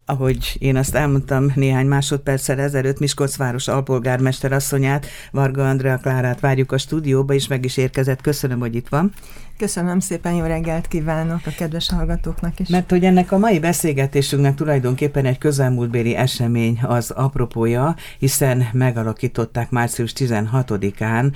Ahogy én azt elmondtam néhány másodperccel ezelőtt, Miskolc város alpolgármester asszonyát, Varga Andrea Klárát várjuk a stúdióba, és meg is érkezett. Köszönöm, hogy itt van. Köszönöm szépen, jó reggelt kívánok a kedves hallgatóknak is. Mert hogy ennek a mai beszélgetésünknek tulajdonképpen egy közelmúltbéli esemény az apropója, hiszen megalakították március 16-án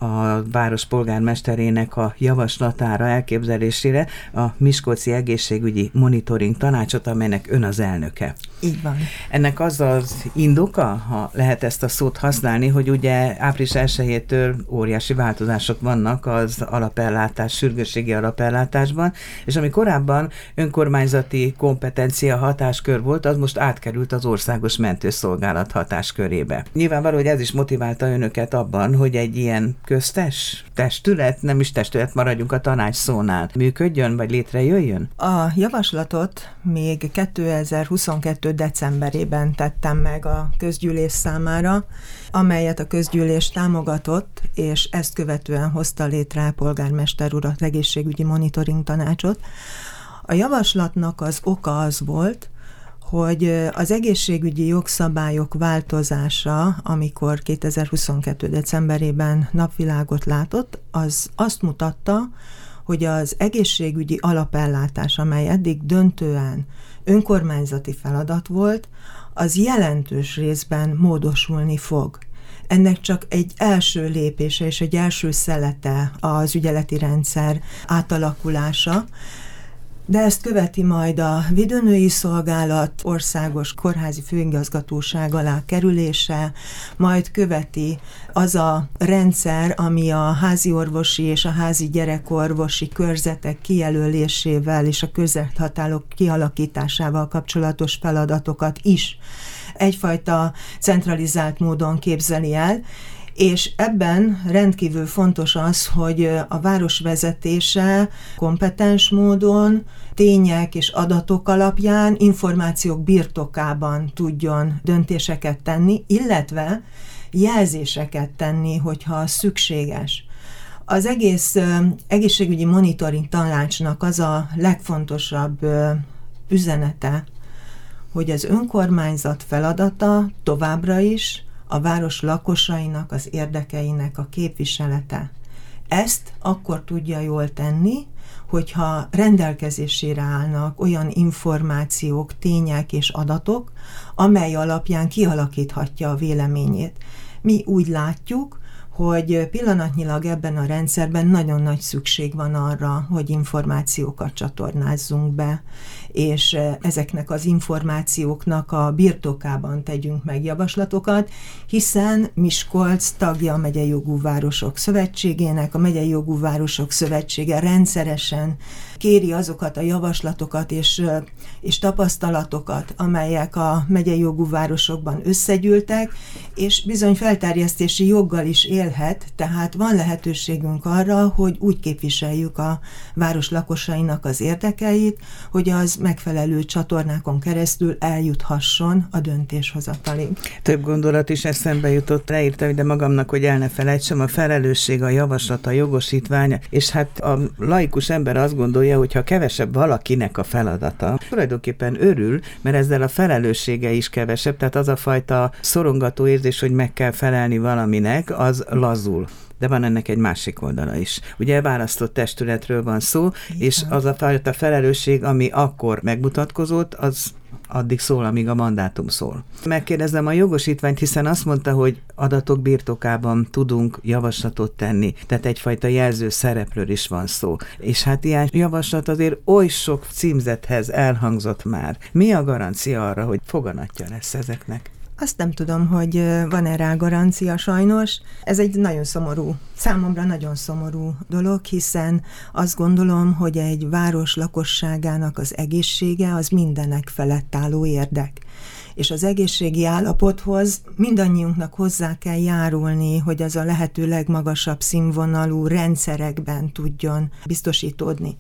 a város polgármesterének a javaslatára, elképzelésére a Miskolci Egészségügyi Monitoring Tanácsot, amelynek ön az elnöke. Így van. Ennek az az indoka, ha lehet ezt a szót használni, hogy ugye április 1-től óriási változások vannak az alapellátás, sürgősségi alapellátásban, és ami korábban önkormányzati kompetencia hatáskör volt, az most átkerült az Országos Mentőszolgálat hatáskörébe. Nyilvánvaló, hogy ez is motiválta önöket abban, hogy egy ilyen köztes testület, nem is testület, maradjunk a tanács szónál, működjön, vagy létrejöjjön? A javaslatot még 2022. decemberében tettem meg a közgyűlés számára, amelyet a közgyűlés támogatott, és ezt követően hozta létre polgármester úr az egészségügyi monitoring tanácsot. A javaslatnak az oka az volt, hogy az egészségügyi jogszabályok változása, amikor 2022. decemberében napvilágot látott, az azt mutatta, hogy az egészségügyi alapellátás, amely eddig döntően önkormányzati feladat volt, az jelentős részben módosulni fog. Ennek csak egy első lépése és egy első szelete az ügyeleti rendszer átalakulása, de ezt követi majd a Védőnői Szolgálat országos kórházi főigazgatóság alá kerülése, majd követi az a rendszer, ami a házi orvosi és a házi gyerekorvosi körzetek kijelölésével és a körzethatárok kialakításával kapcsolatos feladatokat is egyfajta centralizált módon képzeli el, és ebben rendkívül fontos az, hogy a város vezetése kompetens módon, tények és adatok alapján, információk birtokában tudjon döntéseket tenni, illetve jelzéseket tenni, hogyha szükséges. Az egész egészségügyi monitoring tanácsnak az a legfontosabb üzenete, hogy az önkormányzat feladata továbbra is a város lakosainak, az érdekeinek a képviselete. Ezt akkor tudja jól tenni, hogyha rendelkezésére állnak olyan információk, tények és adatok, amely alapján kialakíthatja a véleményét. Mi úgy látjuk, hogy pillanatnyilag ebben a rendszerben nagyon nagy szükség van arra, hogy információkat csatornázzunk be, és ezeknek az információknak a birtokában tegyünk meg javaslatokat, hiszen Miskolc tagja a Megyei Jogú Városok Szövetségének, a Megyei Jogú Városok Szövetsége rendszeresen kéri azokat a javaslatokat és tapasztalatokat, amelyek a megyei jogú városokban összegyűltek, és bizony felterjesztési joggal is élhet, tehát van lehetőségünk arra, hogy úgy képviseljük a város lakosainak az érdekeit, hogy az megfelelő csatornákon keresztül eljuthasson a döntéshozatalig. Több gondolat is eszembe jutott, leírtam ide magamnak, hogy el ne felejtsem, a felelősség, a javaslat, a jogosítvány, és hát a laikus ember azt gondolja, hogyha kevesebb valakinek a feladata, tulajdonképpen örül, mert ezzel a felelőssége is kevesebb, tehát az a fajta szorongató érzés, hogy meg kell felelni valaminek, az lazul. De van ennek egy másik oldala is. Ugye választott testületről van szó, és az a fajta felelősség, ami akkor megmutatkozott, az addig szól, amíg a mandátum szól. Megkérdezem a jogosítványt, hiszen azt mondta, hogy adatok birtokában tudunk javaslatot tenni, tehát egyfajta jelző szerepről is van szó. És hát ilyen javaslat azért oly sok címzethez elhangzott már. Mi a garancia arra, hogy foganatja lesz ezeknek? Azt nem tudom, hogy van-e rá garancia sajnos. Ez egy nagyon szomorú, számomra nagyon szomorú dolog, hiszen azt gondolom, hogy egy város lakosságának az egészsége az mindenek felett álló érdek. És az egészségi állapothoz mindannyiunknak hozzá kell járulni, hogy az a lehető legmagasabb színvonalú rendszerekben tudjon biztosítódni.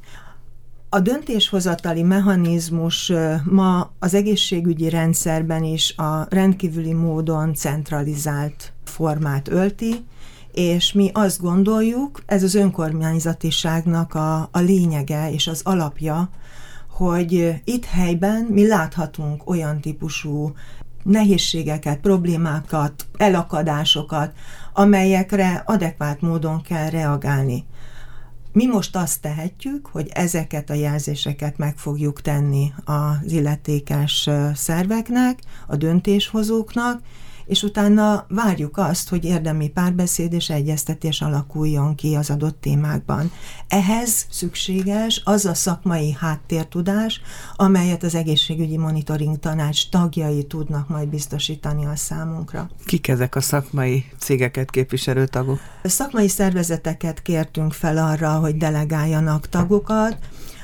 A döntéshozatali mechanizmus ma az egészségügyi rendszerben is a rendkívüli módon centralizált formát ölti, és mi azt gondoljuk, ez az önkormányzatiságnak a lényege és az alapja, hogy itt helyben mi láthatunk olyan típusú nehézségeket, problémákat, elakadásokat, amelyekre adekvát módon kell reagálni. Mi most azt tehetjük, hogy ezeket a jelzéseket meg fogjuk tenni az illetékes szerveknek, a döntéshozóknak, és utána várjuk azt, hogy érdemi párbeszéd és egyeztetés alakuljon ki az adott témákban. Ehhez szükséges az a szakmai háttértudás, amelyet az egészségügyi monitoring tanács tagjai tudnak majd biztosítani a számunkra. Kik ezek a szakmai cégeket képviselő tagok? A szakmai szervezeteket kértünk fel arra, hogy delegáljanak tagokat.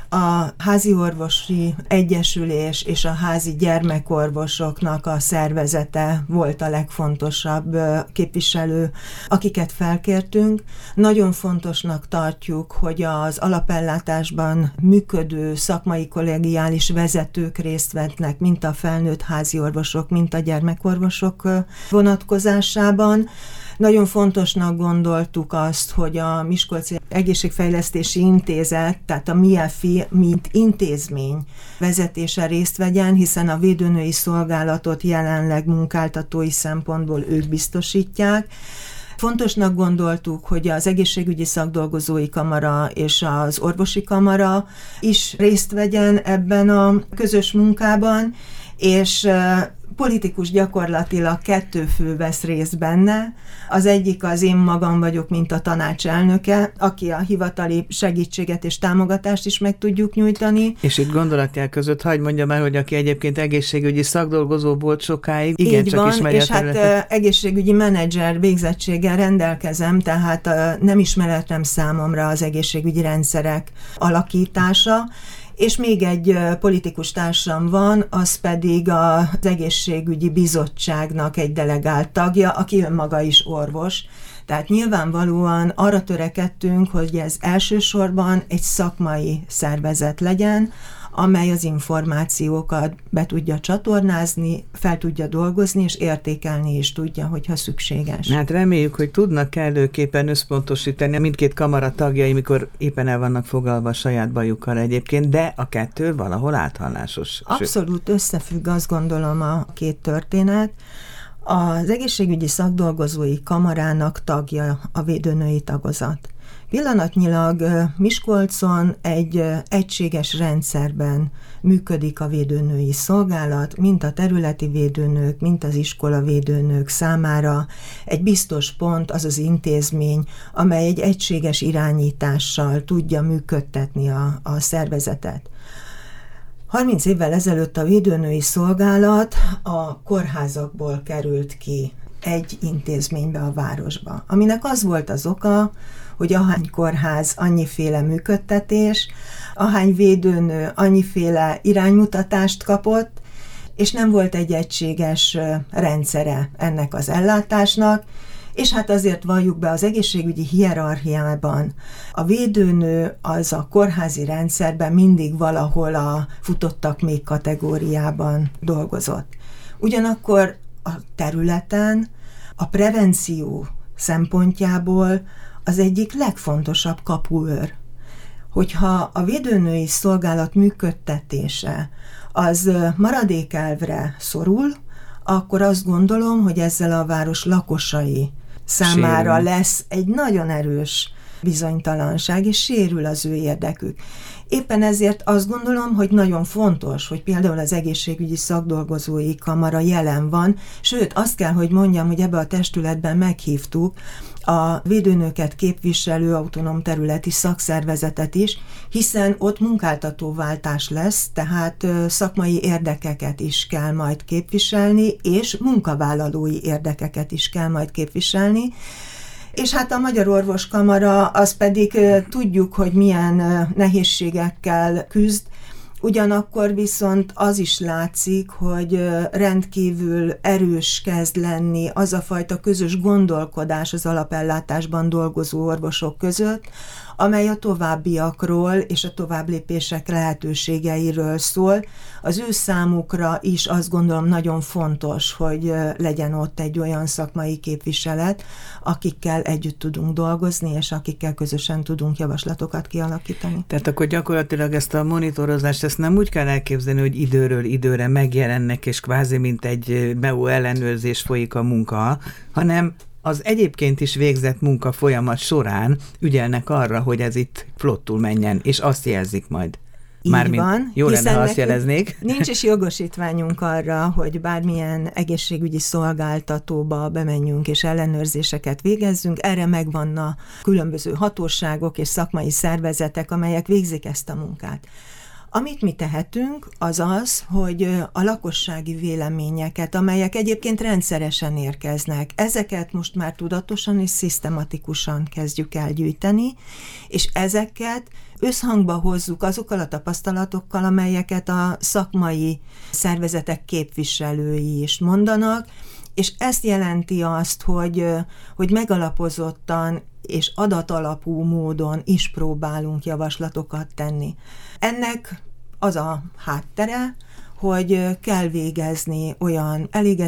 A házi orvosi egyesülés és a házi gyermekorvosoknak a szervezete volt a legfontosabb képviselő, akiket felkértünk. Nagyon fontosnak tartjuk, hogy az alapellátásban működő szakmai kollegiális vezetők részt vettnek, mint a felnőtt házi orvosok, mint a gyermekorvosok vonatkozásában. Nagyon fontosnak gondoltuk azt, hogy a Miskolci Egészségfejlesztési Intézet, tehát a MIEFI, mint intézmény vezetése részt vegyen, hiszen a védőnői szolgálatot jelenleg munkáltatói szempontból ők biztosítják. Fontosnak gondoltuk, hogy az egészségügyi szakdolgozói kamara és az orvosi kamara is részt vegyen ebben a közös munkában, és politikus gyakorlatilag 2 fő vesz részt benne. Az egyik az én magam vagyok, mint a tanács elnöke, aki a hivatali segítséget és támogatást is meg tudjuk nyújtani. És itt gondolatjel között hagyd mondjam el, hogy aki egyébként egészségügyi szakdolgozó volt sokáig, igencsak ismeri a területet. És hát egészségügyi menedzser végzettséggel rendelkezem, tehát nem ismeretem számomra az egészségügyi rendszerek alakítása. És még egy politikus társam van, az pedig az egészségügyi bizottságnak egy delegált tagja, aki önmaga is orvos. Tehát nyilvánvalóan arra törekedtünk, hogy ez elsősorban egy szakmai szervezet legyen, amely az információkat be tudja csatornázni, fel tudja dolgozni, és értékelni is tudja, hogyha szükséges. Hát reméljük, hogy tudnak kellőképpen összpontosítani a mindkét kamara tagjai, mikor éppen el vannak foglalva a saját bajukkal egyébként, de a 2 valahol áthallásos. Abszolút összefügg, azt gondolom, a 2 történet. Az egészségügyi szakdolgozói kamarának tagja a védőnői tagozat. Pillanatnyilag Miskolcon egy egységes rendszerben működik a védőnői szolgálat, mint a területi védőnők, mint az iskola védőnők számára. Egy biztos pont az az intézmény, amely egy egységes irányítással tudja működtetni a szervezetet. 30 évvel ezelőtt a védőnői szolgálat a kórházakból került ki egy intézménybe a városba, aminek az volt az oka, hogy ahány kórház, annyiféle működtetés, ahány védőnő, annyiféle iránymutatást kapott, és nem volt egy egységes rendszere ennek az ellátásnak, és hát azért valljuk be, az egészségügyi hierarchiában a védőnő az a kórházi rendszerben mindig valahol a futottak még kategóriában dolgozott. Ugyanakkor a területen a prevenció szempontjából az egyik legfontosabb kapuőr. Hogyha a védőnői szolgálat működtetése az maradékelvre szorul, akkor azt gondolom, hogy ezzel a város lakosai számára lesz egy nagyon erős bizonytalanság, és sérül az ő érdekük. Éppen ezért azt gondolom, hogy nagyon fontos, hogy például az egészségügyi szakdolgozói kamara jelen van, sőt, azt kell, hogy mondjam, hogy ebbe a testületben meghívtuk a védőnőket képviselő autonóm területi szakszervezetet is, hiszen ott munkáltatóváltás lesz, tehát szakmai érdekeket is kell majd képviselni, és munkavállalói érdekeket is kell majd képviselni. És hát a Magyar Orvoskamara, az pedig tudjuk, hogy milyen nehézségekkel küzd, ugyanakkor viszont az is látszik, hogy rendkívül erős kezd lenni az a fajta közös gondolkodás az alapellátásban dolgozó orvosok között, amely a továbbiakról és a továbblépések lehetőségeiről szól. Az ő számukra is azt gondolom nagyon fontos, hogy legyen ott egy olyan szakmai képviselet, akikkel együtt tudunk dolgozni, és akikkel közösen tudunk javaslatokat kialakítani. Tehát akkor gyakorlatilag ezt a monitorozást, ezt nem úgy kell elképzelni, hogy időről időre megjelennek, és kvázi mint egy BEU ellenőrzés folyik a munka, hanem az egyébként is végzett munka folyamat során ügyelnek arra, hogy ez itt flottul menjen, és azt jelzik majd. Mármint van, jó lenne, ha azt jeleznék. Nincs is jogosítványunk arra, hogy bármilyen egészségügyi szolgáltatóba bemenjünk és ellenőrzéseket végezzünk. Erre megvan a különböző hatóságok és szakmai szervezetek, amelyek végzik ezt a munkát. Amit mi tehetünk, az az, hogy a lakossági véleményeket, amelyek egyébként rendszeresen érkeznek, ezeket most már tudatosan és szisztematikusan kezdjük el gyűjteni, és ezeket összhangba hozzuk azokkal a tapasztalatokkal, amelyeket a szakmai szervezetek képviselői is mondanak, és ezt jelenti azt, hogy megalapozottan és adatalapú módon is próbálunk javaslatokat tenni. Ennek az a háttere, hogy kell végezni olyan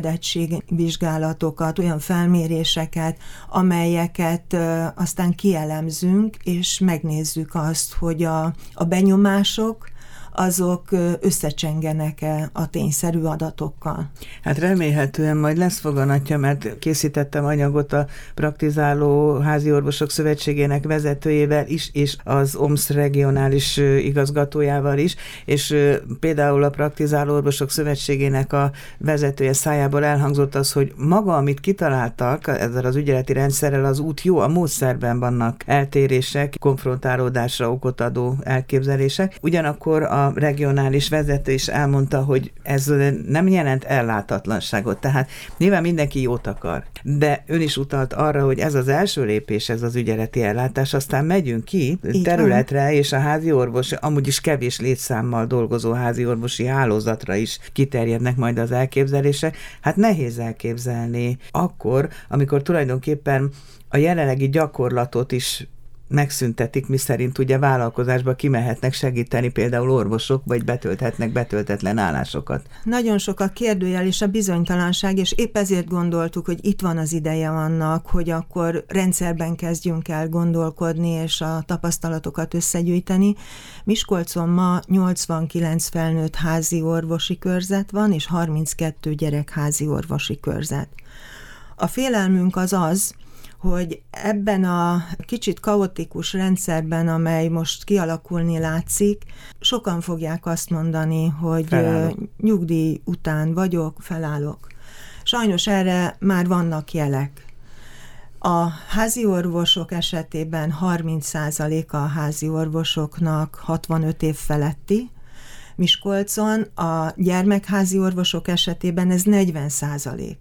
elégedettségvizsgálatokat, olyan felméréseket, amelyeket aztán kielemzünk, és megnézzük azt, hogy a benyomások, azok összecsengenek-e a tényszerű adatokkal. Hát remélhetően majd lesz foganatja, mert készítettem anyagot a Praktizáló Házi Orvosok Szövetségének vezetőjével is, és az OMSZ regionális igazgatójával is, és például a Praktizáló Orvosok Szövetségének a vezetője szájából elhangzott az, hogy maga, amit kitaláltak ezzel az ügyeleti rendszerrel, az út jó, a módszerben vannak eltérések, konfrontálódásra okot adó elképzelések, ugyanakkor a regionális vezető is elmondta, hogy ez nem jelent ellátatlanságot, tehát nyilván mindenki jót akar, de ön is utalt arra, hogy ez az első lépés, ez az ügyeleti ellátás, aztán megyünk ki területre, és a házi orvos, amúgy is kevés létszámmal dolgozó házi orvosi hálózatra is kiterjednek majd az elképzelések. Hát nehéz elképzelni akkor, amikor tulajdonképpen a jelenlegi gyakorlatot is megszüntetik, miszerint ugye vállalkozásba kimehetnek segíteni például orvosok, vagy betölthetnek betöltetlen állásokat. Nagyon sok a kérdőjel és a bizonytalanság, és épp ezért gondoltuk, hogy itt van az ideje annak, hogy akkor rendszerben kezdjünk el gondolkodni, és a tapasztalatokat összegyűjteni. Miskolcon ma 89 felnőtt házi orvosi körzet van, és 32 gyerekházi orvosi körzet. A félelmünk az, hogy ebben a kicsit kaotikus rendszerben, amely most kialakulni látszik, sokan fogják azt mondani, hogy nyugdíj után vagyok, felállok. Sajnos erre már vannak jelek. A házi orvosok esetében 30%-a a házi orvosoknak 65 év feletti, Miskolcon a gyermekházi orvosok esetében ez 40%.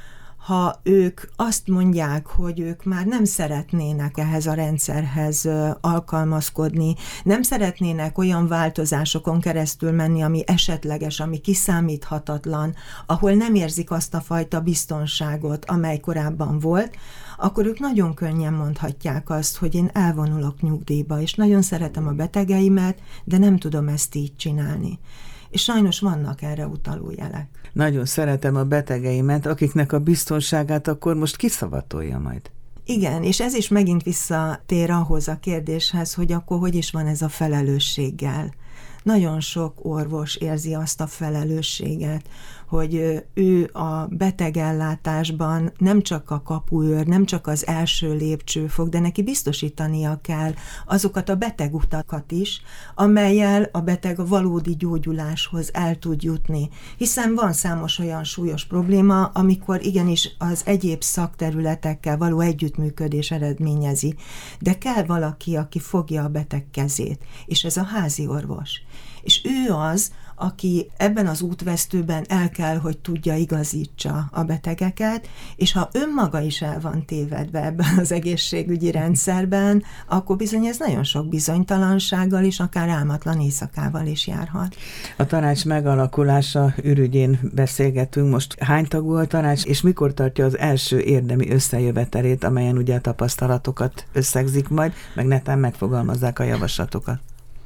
Ha ők azt mondják, hogy ők már nem szeretnének ehhez a rendszerhez alkalmazkodni, nem szeretnének olyan változásokon keresztül menni, ami esetleges, ami kiszámíthatatlan, ahol nem érzik azt a fajta biztonságot, amely korábban volt, akkor ők nagyon könnyen mondhatják azt, hogy én elvonulok nyugdíjba, és nagyon szeretem a betegeimet, de nem tudom ezt így csinálni. És sajnos vannak erre utaló jelek. Nagyon szeretem a betegeimet, akiknek a biztonságát akkor most kiszavatolja majd. Igen, és ez is megint visszatér ahhoz a kérdéshez, hogy akkor hogy is van ez a felelősséggel. Nagyon sok orvos érzi azt a felelősséget, hogy ő a betegellátásban nem csak a kapuőr, nem csak az első lépcsőfok, de neki biztosítania kell azokat a betegutakat is, amellyel a beteg a valódi gyógyuláshoz el tud jutni. Hiszen van számos olyan súlyos probléma, amikor igenis az egyéb szakterületekkel való együttműködés eredményezi, de kell valaki, aki fogja a beteg kezét, és ez a házi orvos. És ő az, aki ebben az útvesztőben el kell, hogy tudja igazítsa a betegeket, és ha önmaga is el van tévedve ebben az egészségügyi rendszerben, akkor bizony ez nagyon sok bizonytalansággal és akár álmatlan éjszakával is járhat. A tanács megalakulása ürügyén beszélgetünk most. Hány tagú a tanács, és mikor tartja az első érdemi összejövetelét, amelyen ugye a tapasztalatokat összegzik majd, meg netán megfogalmazzák a javaslatokat?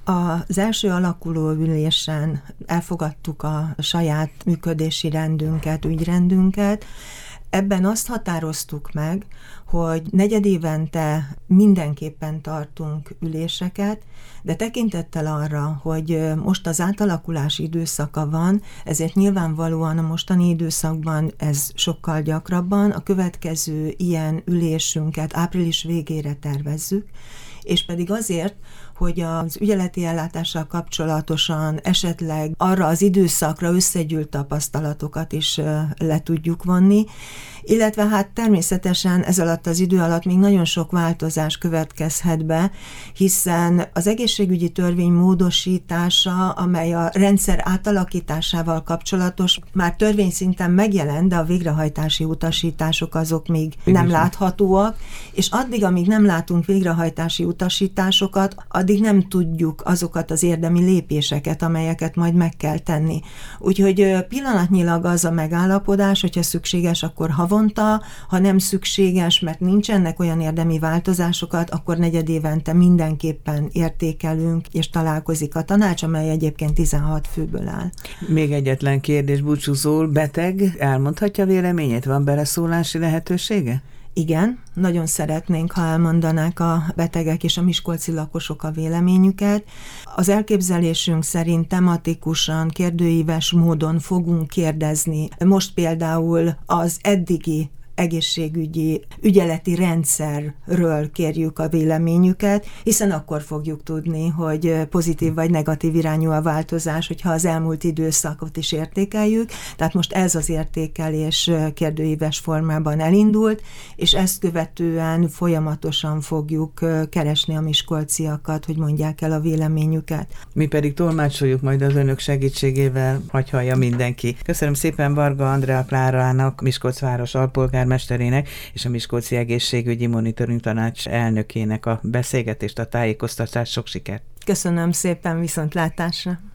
Az első alakuló ülésen elfogadtuk a saját működési rendünket, ügyrendünket. Ebben azt határoztuk meg, hogy negyedévente mindenképpen tartunk üléseket, de tekintettel arra, hogy most az átalakulás időszaka van, ezért nyilvánvalóan a mostani időszakban ez sokkal gyakrabban, a következő ilyen ülésünket április végére tervezzük, és pedig azért, hogy az ügyeleti ellátással kapcsolatosan esetleg arra az időszakra összegyűlt tapasztalatokat is le tudjuk vonni, illetve hát természetesen ez alatt az idő alatt még nagyon sok változás következhet be, hiszen az egészségügyi törvény módosítása, amely a rendszer átalakításával kapcsolatos, már törvényszinten megjelent, de a végrehajtási utasítások azok még nem láthatóak, és addig, amíg nem látunk végrehajtási utasításokat, addig nem tudjuk azokat az érdemi lépéseket, amelyeket majd meg kell tenni. Úgyhogy pillanatnyilag az a megállapodás, hogyha szükséges, akkor havonta, ha nem szükséges, mert nincsenek olyan érdemi változásokat, akkor negyedévente mindenképpen értékelünk, és találkozik a tanács, amely egyébként 16 főből áll. Még egyetlen kérdés búcsúzól, beteg elmondhatja véleményét? Van beleszólási lehetősége? Igen, nagyon szeretnénk, ha elmondanák a betegek és a miskolci lakosok a véleményüket. Az elképzelésünk szerint tematikusan, kérdőíves módon fogunk kérdezni. Most például az eddigi egészségügyi ügyeleti rendszerről kérjük a véleményüket, hiszen akkor fogjuk tudni, hogy pozitív vagy negatív irányú a változás, hogyha az elmúlt időszakot is értékeljük. Tehát most ez az értékelés kérdőíves formában elindult, és ezt követően folyamatosan fogjuk keresni a miskolciakat, hogy mondják el a véleményüket. Mi pedig tolmácsoljuk majd az önök segítségével, hagy hallja mindenki. Köszönöm szépen Varga Andrea Klárának, Miskolc város alpolgármesterének és a Miskolci Egészségügyi Monitoring Tanács elnökének a beszélgetést, a tájékoztatást, sok sikert! Köszönöm szépen, viszontlátásra!